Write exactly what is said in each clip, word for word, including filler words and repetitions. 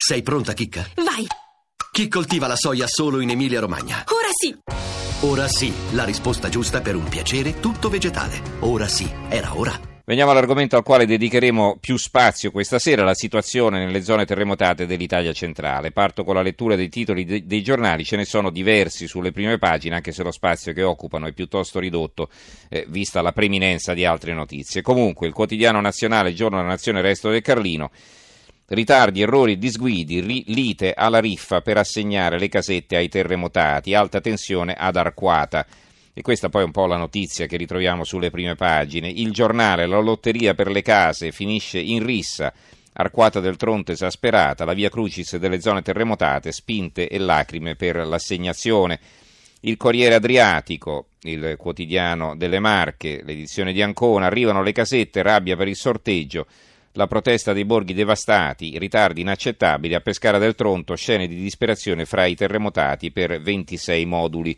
Sei pronta, Chicca? Vai! Chi coltiva la soia solo in Emilia-Romagna? Ora sì! Ora sì, la risposta giusta per un piacere tutto vegetale. Ora sì, era ora. Veniamo all'argomento al quale dedicheremo più spazio questa sera, la situazione nelle zone terremotate dell'Italia centrale. Parto con la lettura dei titoli de- dei giornali, ce ne sono diversi sulle prime pagine, anche se lo spazio che occupano è piuttosto ridotto, eh, vista la preminenza di altre notizie. Comunque, il quotidiano nazionale, Giorno della Nazione, Resto del Carlino, ritardi, errori, disguidi, ri- lite alla riffa per assegnare le casette ai terremotati, alta tensione ad Arquata. E questa poi è un po' la notizia che ritroviamo sulle prime pagine. Il Giornale, la lotteria per le case finisce in rissa, Arquata del Tronto esasperata, la via Crucis delle zone terremotate, spinte e lacrime per l'assegnazione. Il Corriere Adriatico, il quotidiano delle Marche, l'edizione di Ancona, arrivano le casette, rabbia per il sorteggio, la protesta dei borghi devastati, ritardi inaccettabili, a Pescara del Tronto, scene di disperazione fra i terremotati per ventisei moduli.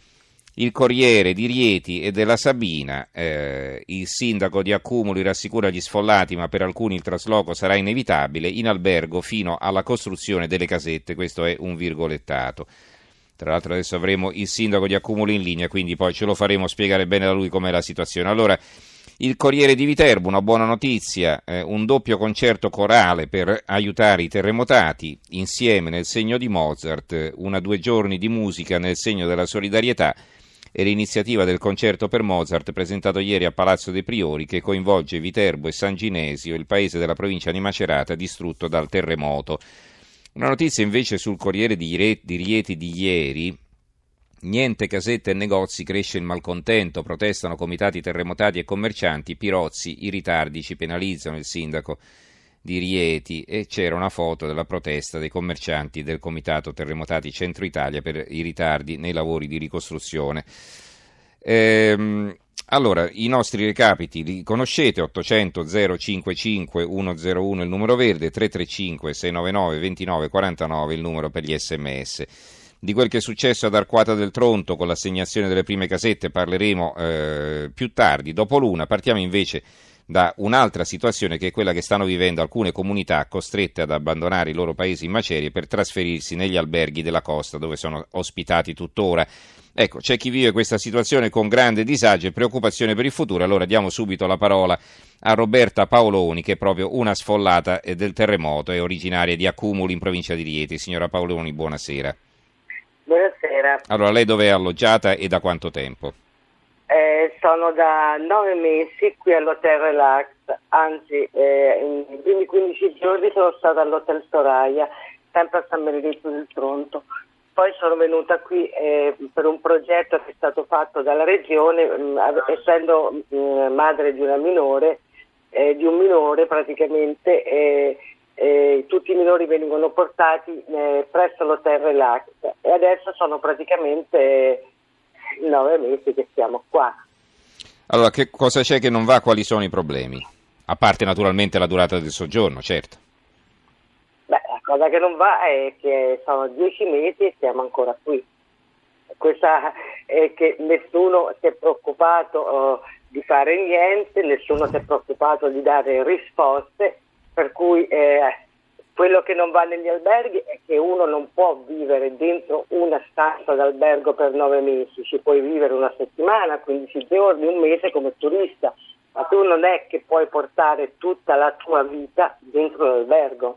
Il Corriere di Rieti e della Sabina, eh, il sindaco di Accumuli rassicura gli sfollati, ma per alcuni il trasloco sarà inevitabile, in albergo fino alla costruzione delle casette, questo è un virgolettato. Tra l'altro adesso avremo il sindaco di Accumuli in linea, quindi poi ce lo faremo spiegare bene da lui com'è la situazione. Allora, il Corriere di Viterbo, una buona notizia, eh, un doppio concerto corale per aiutare i terremotati, insieme nel segno di Mozart, una due giorni di musica nel segno della solidarietà, e l'iniziativa del concerto per Mozart presentato ieri a Palazzo dei Priori, che coinvolge Viterbo e San Ginesio, il paese della provincia di Macerata distrutto dal terremoto. Una notizia invece sul Corriere di Rieti di ieri: niente casette e negozi, cresce il malcontento, protestano comitati terremotati e commercianti, Pirozzi, i ritardi ci penalizzano, il sindaco di Rieti, e c'era una foto della protesta dei commercianti del comitato terremotati Centro Italia per i ritardi nei lavori di ricostruzione. Ehm, allora, i nostri recapiti li conoscete: ottocento zero cinquantacinque centocinque il numero verde, tre tre cinque sei nove nove due nove quattro nove il numero per gli sms. Di quel che è successo ad Arquata del Tronto con l'assegnazione delle prime casette parleremo eh, più tardi, dopo l'una. Partiamo invece da un'altra situazione, che è quella che stanno vivendo alcune comunità costrette ad abbandonare i loro paesi in macerie per trasferirsi negli alberghi della costa, dove sono ospitati tuttora. Ecco, c'è chi vive questa situazione con grande disagio e preoccupazione per il futuro. Allora diamo subito la parola a Roberta Paoloni, che è proprio una sfollata del terremoto, è originaria di Accumuli in provincia di Rieti. Signora Paoloni, buonasera. Buonasera. Allora, lei dove è alloggiata e da quanto tempo? Eh, sono da nove mesi qui all'Hotel Relax, anzi eh, in primi quindici giorni sono stata all'Hotel Soraya, sempre a San Benedetto del Tronto. Poi sono venuta qui eh, per un progetto che è stato fatto dalla regione, mh, essendo mh, madre di una minore, eh, di un minore praticamente, eh, eh, tutti i minori venivano portati eh, presso l'Hotel Relax e adesso sono praticamente eh, nove mesi che siamo qua. Allora, che cosa c'è che non va? Quali sono i problemi? A parte naturalmente la durata del soggiorno, certo. Beh, la cosa che non va è che sono dieci mesi e siamo ancora qui. Questa è che nessuno si è preoccupato uh, di fare niente, nessuno si è preoccupato di dare risposte, per cui eh, quello che non va negli alberghi è che uno non può vivere dentro una stanza d'albergo per nove mesi, ci puoi vivere una settimana, quindici giorni, un mese come turista, ma tu non è che puoi portare tutta la tua vita dentro l'albergo.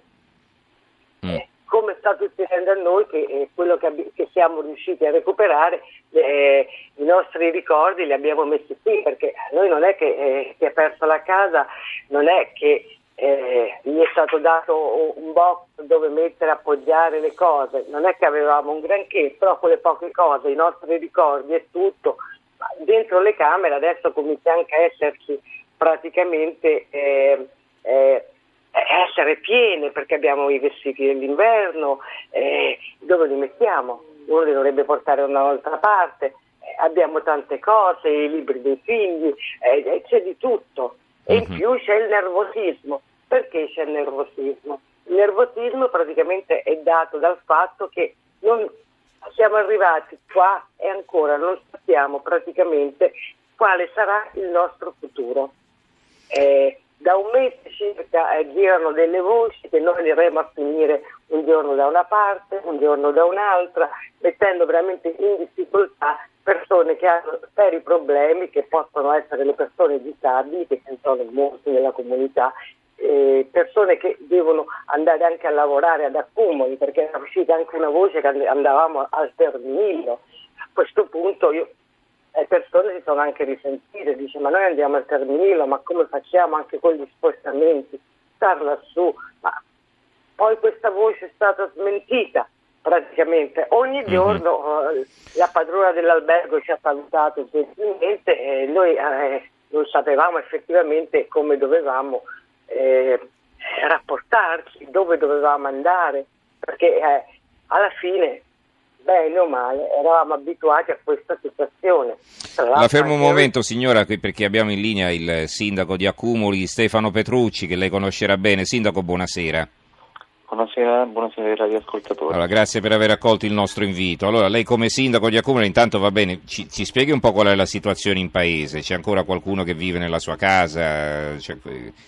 Mm. Eh, come sta succedendo a noi, che eh, quello che, abbi- che siamo riusciti a recuperare, eh, i nostri ricordi li abbiamo messi qui, perché a noi non è che eh, chi ha perso la casa, non è che Eh, gli è stato dato un box dove mettere, appoggiare le cose, non è che avevamo un granché, però quelle poche cose, i nostri ricordi e tutto, dentro le camere adesso comincia anche a esserci praticamente eh, eh, essere piene, perché abbiamo i vestiti dell'inverno, eh, dove li mettiamo? Uno li dovrebbe portare da un'altra parte, eh, abbiamo tante cose, i libri dei figli, eh, c'è di tutto. E in più c'è il nervosismo. Perché c'è il nervosismo? Il nervosismo praticamente è dato dal fatto che non siamo arrivati qua e ancora non sappiamo praticamente quale sarà il nostro futuro. Eh, da un mese circa eh, girano delle voci che noi andremo a finire un giorno da una parte, un giorno da un'altra, mettendo veramente in difficoltà persone che hanno seri problemi, che possono essere le persone disabili, che sono molti nella comunità, eh, persone che devono andare anche a lavorare ad Accumoli, perché è uscita anche una voce che andavamo al Terminillo. A questo punto io le persone si sono anche risentite, dice ma noi andiamo al Terminillo, ma come facciamo anche con gli spostamenti, star lassù, ma poi questa voce è stata smentita praticamente. Ogni giorno mm-hmm. eh, la padrona dell'albergo ci ha salutato gentilmente e noi eh, non sapevamo effettivamente come dovevamo eh, rapportarci, dove dovevamo andare, perché eh, alla fine bene o male eravamo abituati a questa situazione. La fermo un momento signora, perché abbiamo in linea il sindaco di Accumoli, Stefano Petrucci, che lei conoscerà bene. Sindaco, buonasera. Buonasera, buonasera ai radioascoltatori. Allora, grazie per aver accolto il nostro invito. Allora, lei come sindaco di Accumoli, intanto va bene, ci, ci spieghi un po' qual è la situazione in paese? C'è ancora qualcuno che vive nella sua casa? Cioè,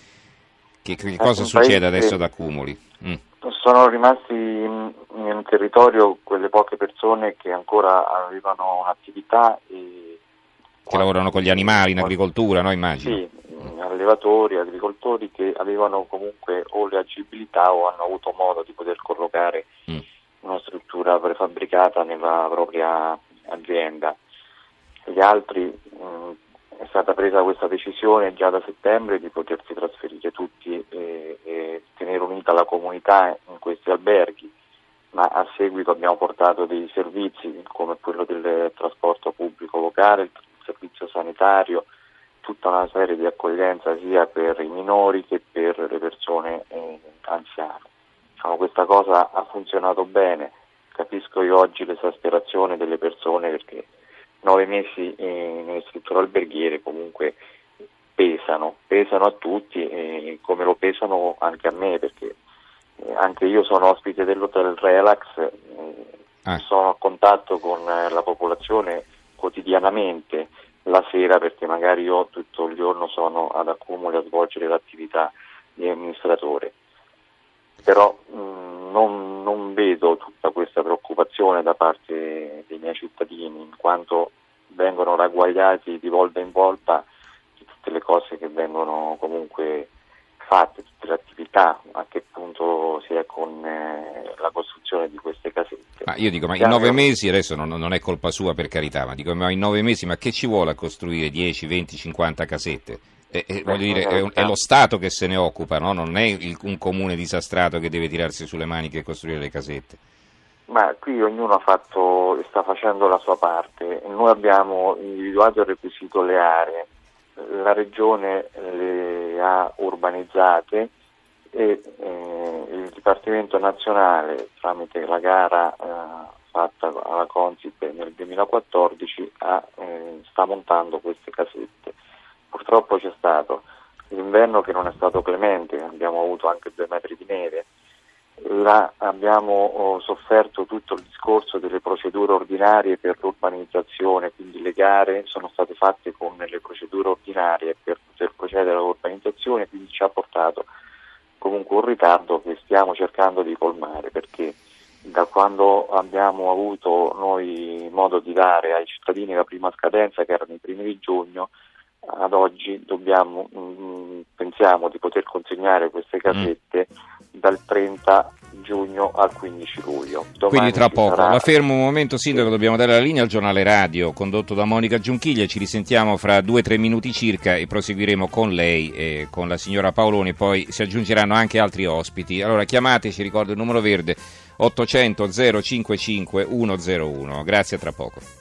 che, che cosa succede adesso ad Accumoli? Mm. Sono rimasti nel territorio quelle poche persone che ancora avevano un'attività e che lavorano con gli animali in agricoltura, no? Immagino. Sì, allevatori, agricoltori che avevano comunque o le agibilità o hanno avuto modo di poter collocare mm. una struttura prefabbricata nella propria azienda. Gli altri mh, è stata presa questa decisione già da settembre di potersi trasferire tutti e, e tenere unita la comunità in questi alberghi, ma a seguito abbiamo portato dei servizi come quello del trasporto pubblico locale, il servizio sanitario, tutta una serie di accoglienza sia per i minori che per le persone eh, anziane. Diciamo, questa cosa ha funzionato bene, capisco io oggi l'esasperazione delle persone perché nove mesi eh, nelle strutture alberghiere comunque pesano, pesano a tutti e come lo pesano anche a me perché eh, anche io sono ospite dell'hotel Relax, eh, ah. sono a contatto con eh, la popolazione quotidianamente la sera perché magari io tutto il giorno sono ad Accumoli a svolgere l'attività di amministratore, però mh, non, non vedo tutta questa preoccupazione da parte dei miei cittadini in quanto vengono ragguagliati di volta in volta di tutte le cose che vengono comunque fatte, tutte le attività, a che punto si è con eh, la costruzione di queste casette. Ma io dico, ma in nove mesi, adesso non, non è colpa sua per carità, ma dico, ma in nove mesi, ma che ci vuole a costruire dieci, venti, cinquanta casette? E, e, voglio dire, è, un, è lo Stato che se ne occupa, no? Non è il, un comune disastrato che deve tirarsi sulle maniche e costruire le casette. Ma qui ognuno ha fatto e sta facendo la sua parte. Noi abbiamo individuato e requisito le aree, la Regione le ha urbanizzate e eh, il Dipartimento Nazionale tramite la gara eh, fatta alla Consip nel duemilaquattordici ha, eh, sta montando queste casette. Purtroppo c'è stato l'inverno che non è stato clemente, abbiamo avuto anche due metri di neve. La, abbiamo oh, sofferto tutto il discorso delle procedure ordinarie per l'urbanizzazione, quindi le gare sono state fatte con le procedure ordinarie per poter procedere all'urbanizzazione, quindi ci ha portato comunque un ritardo che stiamo cercando di colmare, perché da quando abbiamo avuto noi modo di dare ai cittadini la prima scadenza, che erano i primi di giugno, ad oggi dobbiamo mh, pensiamo di poter consegnare queste casette mm. dal trenta giugno al quindici luglio. Domani quindi tra poco. Sarà... La fermo un momento, sindaco, sì. Dobbiamo dare la linea al giornale radio condotto da Monica Giunchiglia. Ci risentiamo fra due o tre minuti circa e proseguiremo con lei e con la signora Paoloni, poi si aggiungeranno anche altri ospiti. Allora chiamateci, ricordo il numero verde ottocento zero cinquantacinque centouno. Grazie, a tra poco.